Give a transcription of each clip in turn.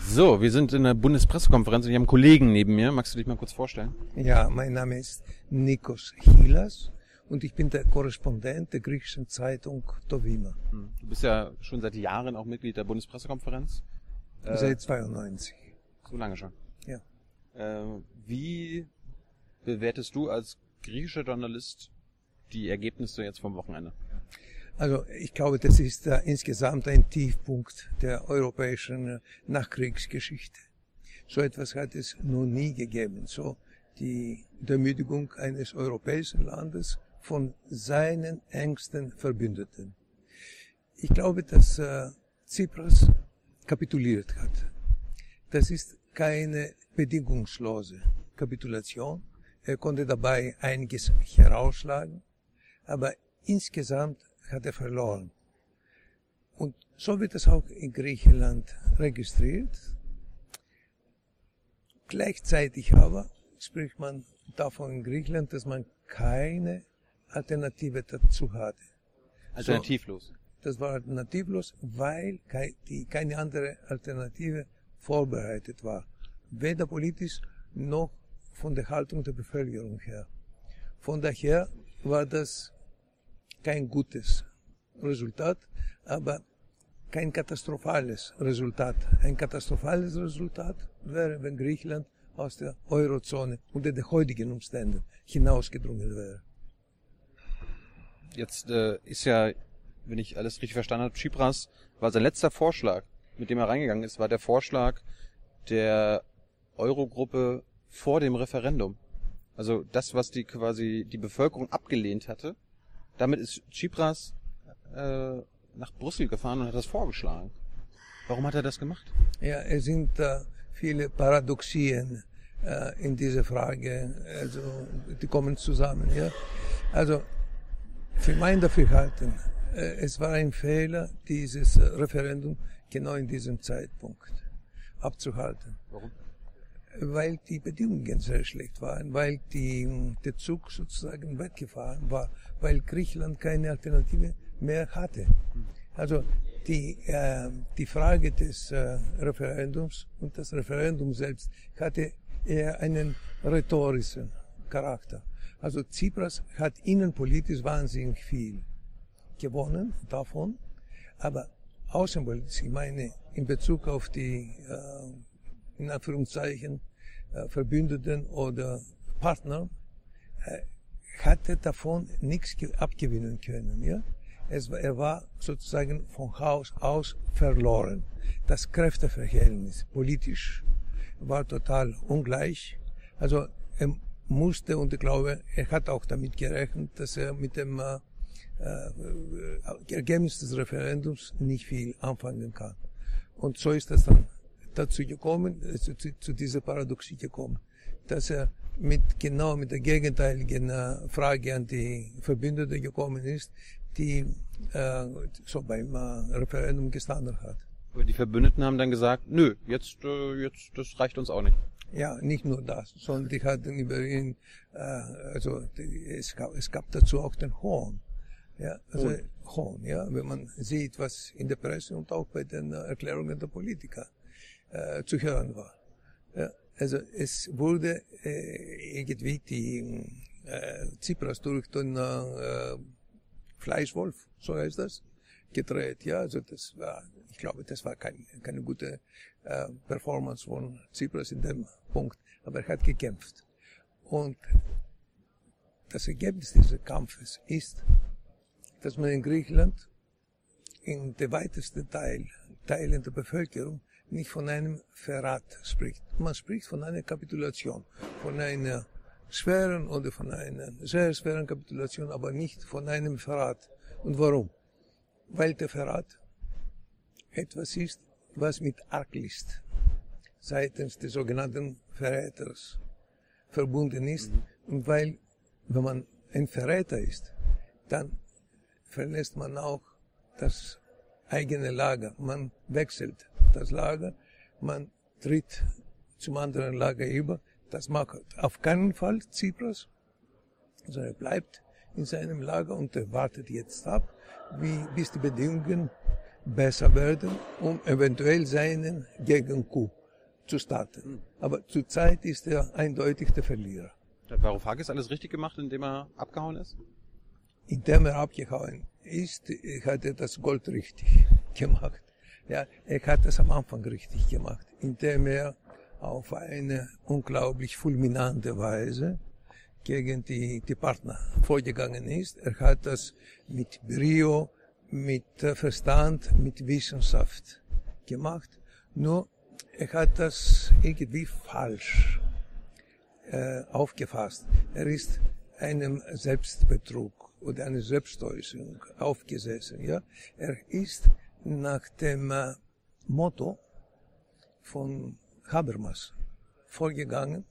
So, wir sind in der Bundespressekonferenz und ich habe einen Kollegen neben mir. Magst du dich mal kurz vorstellen? Ja, mein Name ist Nikos Chilas und ich bin der Korrespondent der griechischen Zeitung To Vima. Du bist ja schon seit Jahren auch Mitglied der Bundespressekonferenz. Seit 92. So lange schon. Ja. Wie bewertest du als griechischer Journalist die Ergebnisse jetzt vom Wochenende? Also ich glaube, das ist insgesamt ein Tiefpunkt der europäischen Nachkriegsgeschichte. So etwas hat es noch nie gegeben. So die Demütigung eines europäischen Landes von seinen engsten Verbündeten. Ich glaube, dass Tsipras kapituliert hat. Das ist keine bedingungslose Kapitulation. Er konnte dabei einiges herausschlagen, aber insgesamt hat er verloren. Und so wird es auch in Griechenland registriert. Gleichzeitig aber spricht man davon in Griechenland, dass man keine Alternative dazu hatte. Alternativlos. So, das war alternativlos, weil keine andere Alternative vorbereitet war. Weder politisch noch von der Haltung der Bevölkerung her. Von daher war das kein gutes Resultat, aber kein katastrophales Resultat. Ein katastrophales Resultat wäre, wenn Griechenland aus der Eurozone unter den heutigen Umständen hinausgedrungen wäre. Jetzt ist ja, wenn ich alles richtig verstanden habe, Tsipras war sein letzter Vorschlag, mit dem er reingegangen ist, war der Vorschlag der Eurogruppe vor dem Referendum. Also das, was die Bevölkerung abgelehnt hatte. Damit ist Tsipras nach Brüssel gefahren und hat das vorgeschlagen. Warum hat er das gemacht? Ja, es sind viele Paradoxien in dieser Frage, also die kommen zusammen. Ja? Also für mein Dafürhalten, es war ein Fehler, dieses Referendum genau in diesem Zeitpunkt abzuhalten. Warum? Weil die Bedingungen sehr schlecht waren, weil der Zug sozusagen weggefahren war, weil Griechenland keine Alternative mehr hatte. Also die Frage des Referendums und das Referendum selbst hatte eher einen rhetorischen Charakter. Also Tsipras hat innenpolitisch wahnsinnig viel gewonnen davon, aber außenpolitisch, ich meine in Bezug auf die in Anführungszeichen Verbündeten oder Partner, hatte davon nichts abgewinnen können. Ja? Er war sozusagen von Haus aus verloren. Das Kräfteverhältnis politisch war total ungleich. Also er musste, und ich glaube, er hat auch damit gerechnet, dass er mit dem Ergebnis des Referendums nicht viel anfangen kann. Und so ist das dann dazu gekommen, zu dieser Paradoxie gekommen, dass er mit der gegenteiligen Frage an die Verbündete gekommen ist, die so beim Referendum gestanden hat. Aber die Verbündeten haben dann gesagt, nö, jetzt das reicht uns auch nicht. Ja, nicht nur das, sondern die hatten über ihn, es gab dazu auch den Hohn. Ja, also Hohn, ja, wenn man sieht, was in der Presse und auch bei den Erklärungen der Politiker zu hören war. Ja, also es wurde irgendwie die Tsipras durch den Fleischwolf, so heißt das, gedreht. Ja, also ich glaube, das war keine gute Performance von Tsipras in dem Punkt, aber er hat gekämpft. Und das Ergebnis dieses Kampfes ist, dass man in Griechenland in der weitesten Teilen der Bevölkerung nicht von einem Verrat spricht. Man spricht von einer Kapitulation, von einer schweren oder von einer sehr schweren Kapitulation, aber nicht von einem Verrat. Und warum? Weil der Verrat etwas ist, was mit Arglist seitens des sogenannten Verräters verbunden ist. Und weil, wenn man ein Verräter ist, dann verlässt man auch das eigene Lager. Man wechselt das Lager, man tritt zum anderen Lager über. Das macht auf keinen Fall Tsipras, sondern er bleibt in seinem Lager und er wartet jetzt ab, bis die Bedingungen besser werden, um eventuell seinen Gegencoup zu starten. Aber zurzeit ist er eindeutig der Verlierer. Hat Varoufakis alles richtig gemacht, indem er abgehauen ist? Indem er abgehauen ist, hat er das Gold richtig gemacht. Ja, er hat es am Anfang richtig gemacht, indem er auf eine unglaublich fulminante Weise gegen die Partner vorgegangen ist. Er hat das mit Brio, mit Verstand, mit Wissenschaft gemacht. Nur er hat das irgendwie falsch aufgefasst. Er ist einem Selbstbetrug oder einer Selbsttäuschung aufgesessen. Ja? Er ist nach dem Motto von Habermas vorgegangen,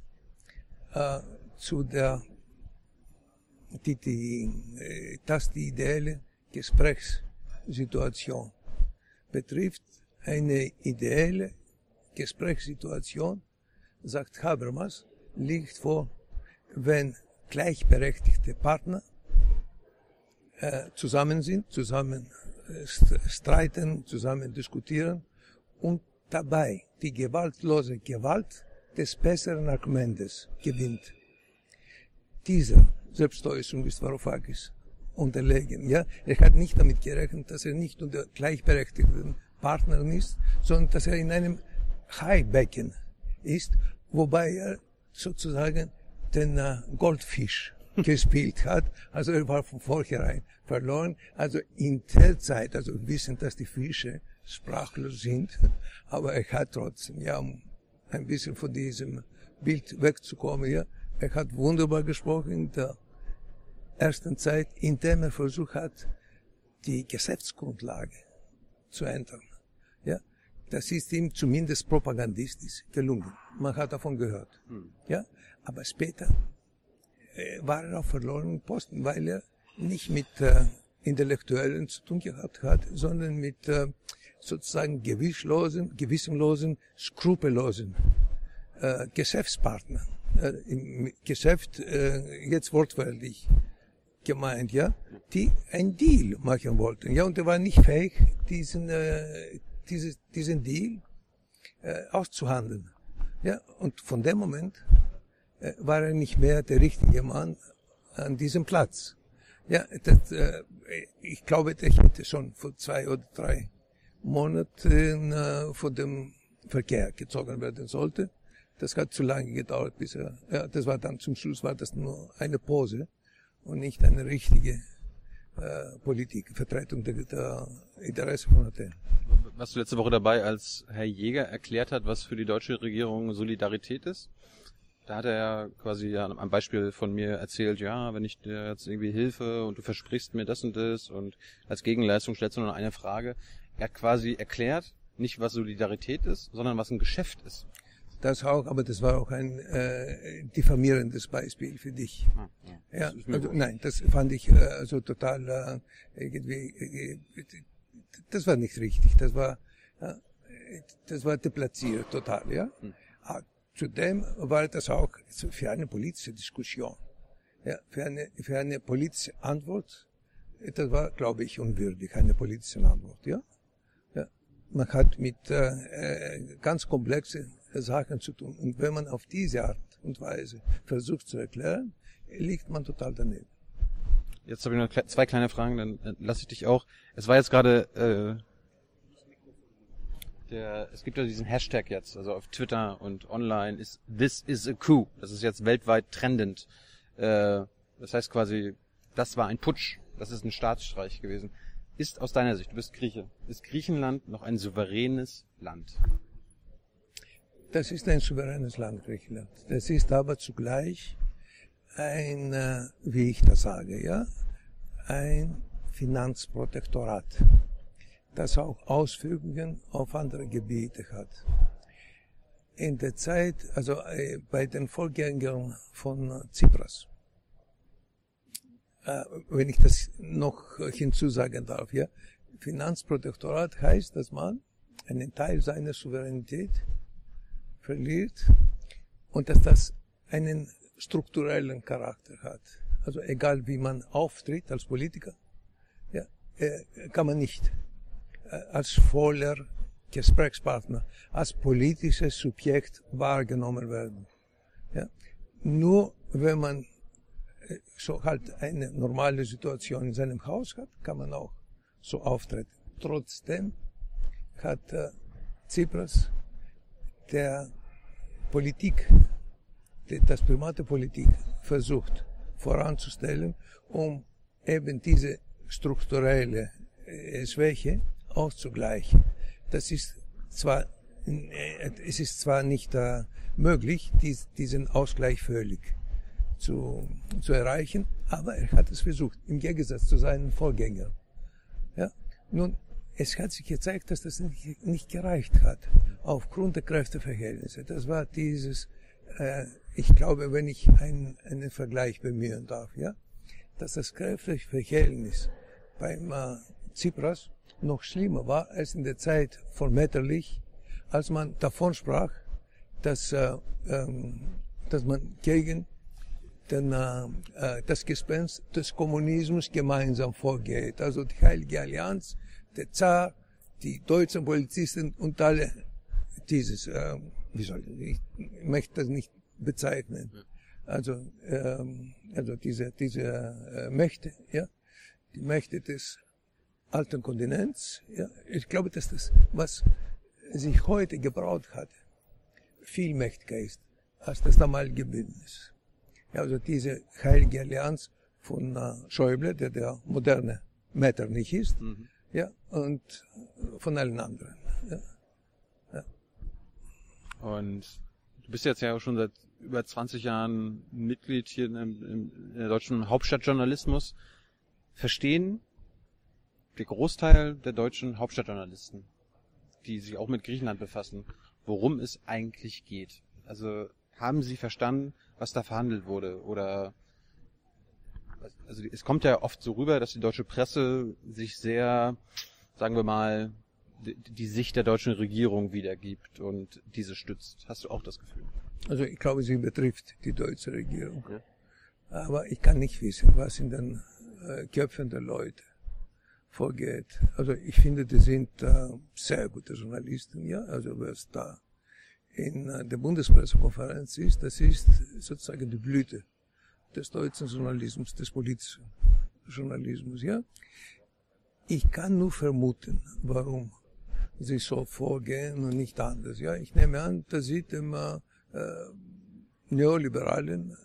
dass die ideelle Gesprächssituation betrifft. Eine ideelle Gesprächssituation, sagt Habermas, liegt vor, wenn gleichberechtigte Partner zusammen sind, zusammen streiten, zusammen diskutieren und dabei die gewaltlose Gewalt des besseren Argumentes gewinnt. Dieser Selbsttäuschung ist Varoufakis unterlegen. Ja? Er hat nicht damit gerechnet, dass er nicht unter gleichberechtigten Partnern ist, sondern dass er in einem Haibecken ist, wobei er sozusagen den Goldfisch gespielt hat. Also er war von vornherein verloren. Also in der Zeit, also wissen, dass die Fische sprachlos sind, aber er hat trotzdem, ja, um ein bisschen von diesem Bild wegzukommen, ja, er hat wunderbar gesprochen in der ersten Zeit, indem er versucht hat, die Geschäftsgrundlage zu ändern. Ja, das ist ihm zumindest propagandistisch gelungen. Man hat davon gehört. Ja, aber später war er auf verlorenen Posten, weil er nicht mit Intellektuellen zu tun gehabt hat, sondern mit sozusagen gewissenlosen, skrupellosen Geschäftspartnern. Im Geschäft jetzt wortwörtlich gemeint, ja, die ein Deal machen wollten. Ja, und er war nicht fähig, diesen Deal auszuhandeln. Ja, und von dem Moment war er nicht mehr der richtige Mann an diesem Platz. Ja, ich glaube, der hätte schon vor 2 oder 3 Monaten von dem Verkehr gezogen werden sollte. Das hat zu lange gedauert, bis das war dann zum Schluss war das nur eine Pose und nicht eine richtige Politik, Vertretung der Interessen von Athen. Warst du letzte Woche dabei, als Herr Jäger erklärt hat, was für die deutsche Regierung Solidarität ist? Da hat er ja quasi am Beispiel von mir erzählt, ja, wenn ich dir jetzt irgendwie Hilfe und du versprichst mir das und als Gegenleistung stellst du nur eine Frage. Er hat quasi erklärt, nicht was Solidarität ist, sondern was ein Geschäft ist. Das auch, aber das war auch ein diffamierendes Beispiel für dich. Ja, also, nein, das fand ich also total irgendwie, das war nicht richtig. Das war deplatziert total, ja. Zudem war das auch für eine politische Diskussion, ja, für eine politische Antwort. Das war, glaube ich, unwürdig, eine politische Antwort, ja. Ja. Man hat mit ganz komplexen Sachen zu tun. Und wenn man auf diese Art und Weise versucht zu erklären, liegt man total daneben. Jetzt habe ich noch 2 kleine Fragen, dann lasse ich dich auch. Es war jetzt gerade, es gibt ja diesen Hashtag jetzt, also auf Twitter und online ist "This is a coup". Das ist jetzt weltweit trendend. Das heißt quasi, das war ein Putsch, das ist ein Staatsstreich gewesen. Ist aus deiner Sicht, du bist Grieche, ist Griechenland noch ein souveränes Land? Das ist ein souveränes Land, Griechenland. Das ist aber zugleich ein, wie ich das sage, ja, ein Finanzprotektorat, das auch Auswirkungen auf andere Gebiete hat. In der Zeit, also bei den Vorgängern von Tsipras, wenn ich das noch hinzusagen darf, ja, Finanzprotektorat heißt, dass man einen Teil seiner Souveränität verliert und dass das einen strukturellen Charakter hat. Also egal wie man auftritt als Politiker, ja, kann man nicht als voller Gesprächspartner, als politisches Subjekt wahrgenommen werden. Ja? Nur wenn man so halt eine normale Situation in seinem Haus hat, kann man auch so auftreten. Trotzdem hat Tsipras der Politik, das private Politik versucht voranzustellen, um eben diese strukturelle Schwäche auszugleichen. Es ist zwar nicht möglich, diesen Ausgleich völlig zu erreichen, aber er hat es versucht, im Gegensatz zu seinen Vorgängern. Ja? Nun, es hat sich gezeigt, dass das nicht gereicht hat, aufgrund der Kräfteverhältnisse. Das war dieses, ich glaube, wenn ich einen Vergleich bemühen darf, ja, dass das Kräfteverhältnis beim Tsipras noch schlimmer war als in der Zeit von Metternich, als man davon sprach, dass man gegen das Gespenst des Kommunismus gemeinsam vorgeht. Also die Heilige Allianz, der Zar, die deutschen Polizisten und alle dieses, ich möchte das nicht bezeichnen. Also diese Mächte, ja, die Mächte des alten Kontinents, ja, ich glaube, dass das, was sich heute gebraut hat, viel mächtiger ist, als das damalige Bündnis. Ja, also diese Heilige Allianz von Schäuble, der moderne Metternich ist, ja, und von allen anderen. Ja. Ja. Und du bist jetzt ja auch schon seit über 20 Jahren Mitglied hier in der deutschen Hauptstadtjournalismus. Verstehen der Großteil der deutschen Hauptstadtjournalisten, die sich auch mit Griechenland befassen, worum es eigentlich geht? Also haben sie verstanden, was da verhandelt wurde? Oder also es kommt ja oft so rüber, dass die deutsche Presse sich sehr, sagen wir mal, die Sicht der deutschen Regierung wiedergibt und diese stützt. Hast du auch das Gefühl? Also ich glaube, sie betrifft die deutsche Regierung. Ja. Aber ich kann nicht wissen, was in den Köpfen der Leute vorgeht. Also ich finde, die sind sehr gute Journalisten, ja. Also was da in der Bundespressekonferenz ist, das ist sozusagen die Blüte des deutschen Journalismus, des politischen Journalismus, ja. Ich kann nur vermuten, warum sie so vorgehen und nicht anders, ja. Ich nehme an, das sieht dem neoliberalen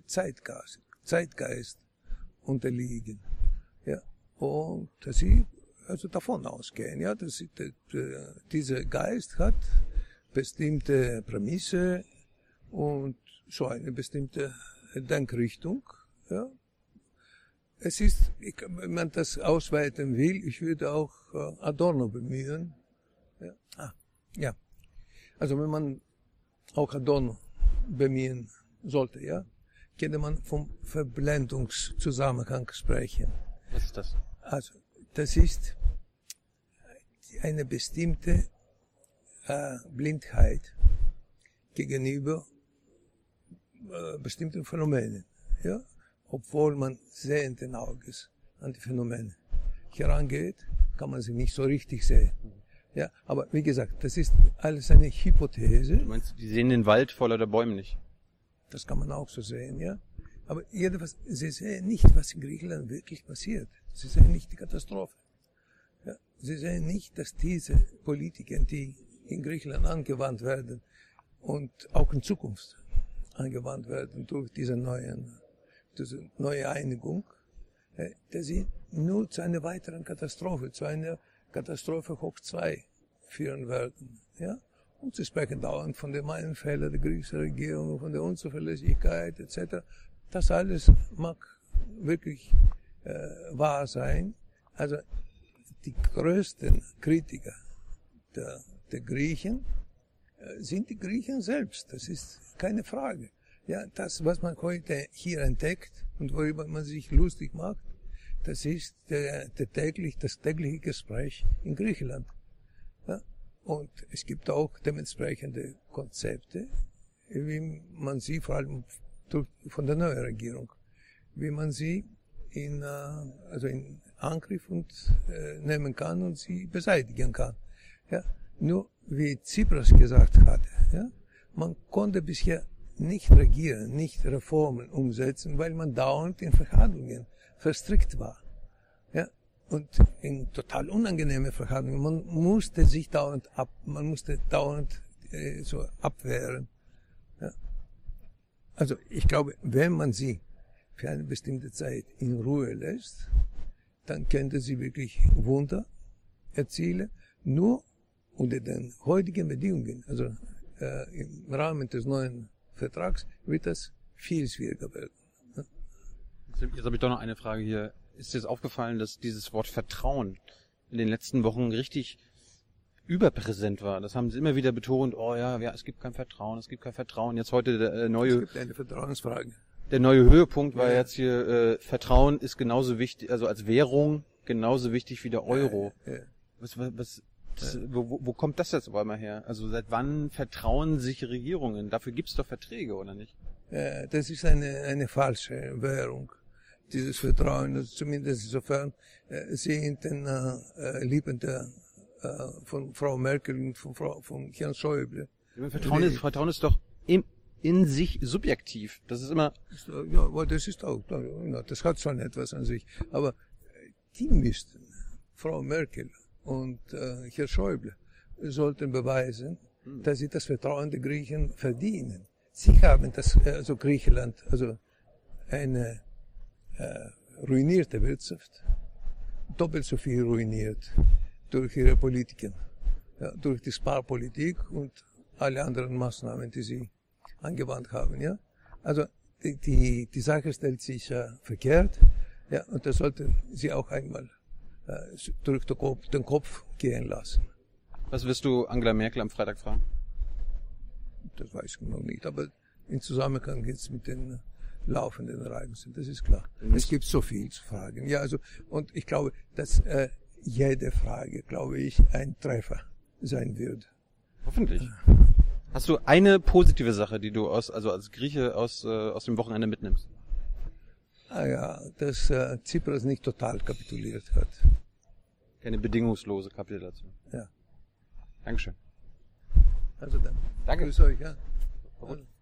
Zeitgeist unterliegen, ja. Und dass sie also davon ausgehen, ja, dass dieser Geist hat bestimmte Prämisse und so eine bestimmte Denkrichtung, ja. Es ist, wenn man das ausweiten will, ich würde auch Adorno bemühen. Ja. Ja. Also wenn man auch Adorno bemühen sollte, ja, könnte man vom Verblendungszusammenhang sprechen. Was ist das? Also, das ist eine bestimmte Blindheit gegenüber bestimmten Phänomenen, ja, obwohl man sehenden Auges an die Phänomene herangeht, kann man sie nicht so richtig sehen. Ja, aber wie gesagt, das ist alles eine Hypothese. Du meinst, die sehen den Wald voller der Bäume nicht? Das kann man auch so sehen, ja. Aber jedenfalls, sie sehen nicht, was in Griechenland wirklich passiert. Sie sehen nicht die Katastrophe. Ja. Sie sehen nicht, dass diese Politiken, die in Griechenland angewandt werden und auch in Zukunft angewandt werden durch diese neue Einigung, dass sie nur zu einer weiteren Katastrophe, zu einer Katastrophe hoch 2 führen werden. Ja? Und sie sprechen dauernd von den Meilenfehlern der griechischen Regierung, von der Unzuverlässigkeit etc. Das alles mag wirklich wahr sein. Also die größten Kritiker der Griechen sind die Griechen selbst. Das ist keine Frage. Ja, das, was man heute hier entdeckt und worüber man sich lustig macht, das ist das tägliche Gespräch in Griechenland. Ja? Und es gibt auch dementsprechende Konzepte, wie man sie, vor allem von der neuen Regierung, wie man sie in Angriff nehmen kann und sie beseitigen kann. Ja? Nur wie Tsipras gesagt hatte, ja, man konnte bisher nicht regieren, nicht Reformen umsetzen, weil man dauernd in Verhandlungen verstrickt war. Ja, und in total unangenehme Verhandlungen. Man musste sich dauernd so abwehren. Ja. Also ich glaube, wenn man sie für eine bestimmte Zeit in Ruhe lässt, dann könnte sie wirklich Wunder erzielen. Nur unter den heutigen Bedingungen, also im Rahmen des neuen Vertrags, wird das viel schwieriger werden. Jetzt habe ich doch noch eine Frage hier. Ist dir jetzt aufgefallen, dass dieses Wort Vertrauen in den letzten Wochen richtig überpräsent war? Das haben sie immer wieder betont. Oh ja, es gibt kein Vertrauen, es gibt kein Vertrauen. Jetzt heute der neue... Es gibt eine Vertrauensfrage. Der neue Höhepunkt war jetzt hier, Vertrauen ist genauso wichtig, also als Währung genauso wichtig wie der Euro. Wo kommt das jetzt auf einmal her? Also seit wann vertrauen sich Regierungen? Dafür gibt's doch Verträge, oder nicht? Das ist eine falsche Währung, dieses Vertrauen, also zumindest insofern sie in den Lippen von Frau Merkel und von Herrn Schäuble. Vertrauen ist doch in sich subjektiv. Das ist immer... Ja, das ist auch, das hat schon etwas an sich. Aber die müssten, Frau Merkel und Herr Schäuble, sollten beweisen, dass sie das Vertrauen der Griechen verdienen. Sie haben also Griechenland, also eine ruinierte Wirtschaft, doppelt so viel ruiniert durch ihre Politiken, ja, durch die Sparpolitik und alle anderen Maßnahmen, die sie angewandt haben. Ja? Also die Sache stellt sich verkehrt, ja, und das sollten sie auch einmal durch den Kopf gehen lassen. Was wirst du Angela Merkel am Freitag fragen? Das weiß ich noch nicht, aber in Zusammenhang jetzt mit den laufenden Ereignissen, das ist klar. Es gibt so viel zu fragen. Ja, also, und ich glaube, dass jede Frage, glaube ich, ein Treffer sein wird. Hoffentlich. Hast du eine positive Sache, die du als Grieche aus dem Wochenende mitnimmst? Ah ja, dass Tsipras nicht total kapituliert hat. Keine bedingungslose Kapitulation. Ja. Dankeschön. Also dann. Danke. Grüß euch, ja.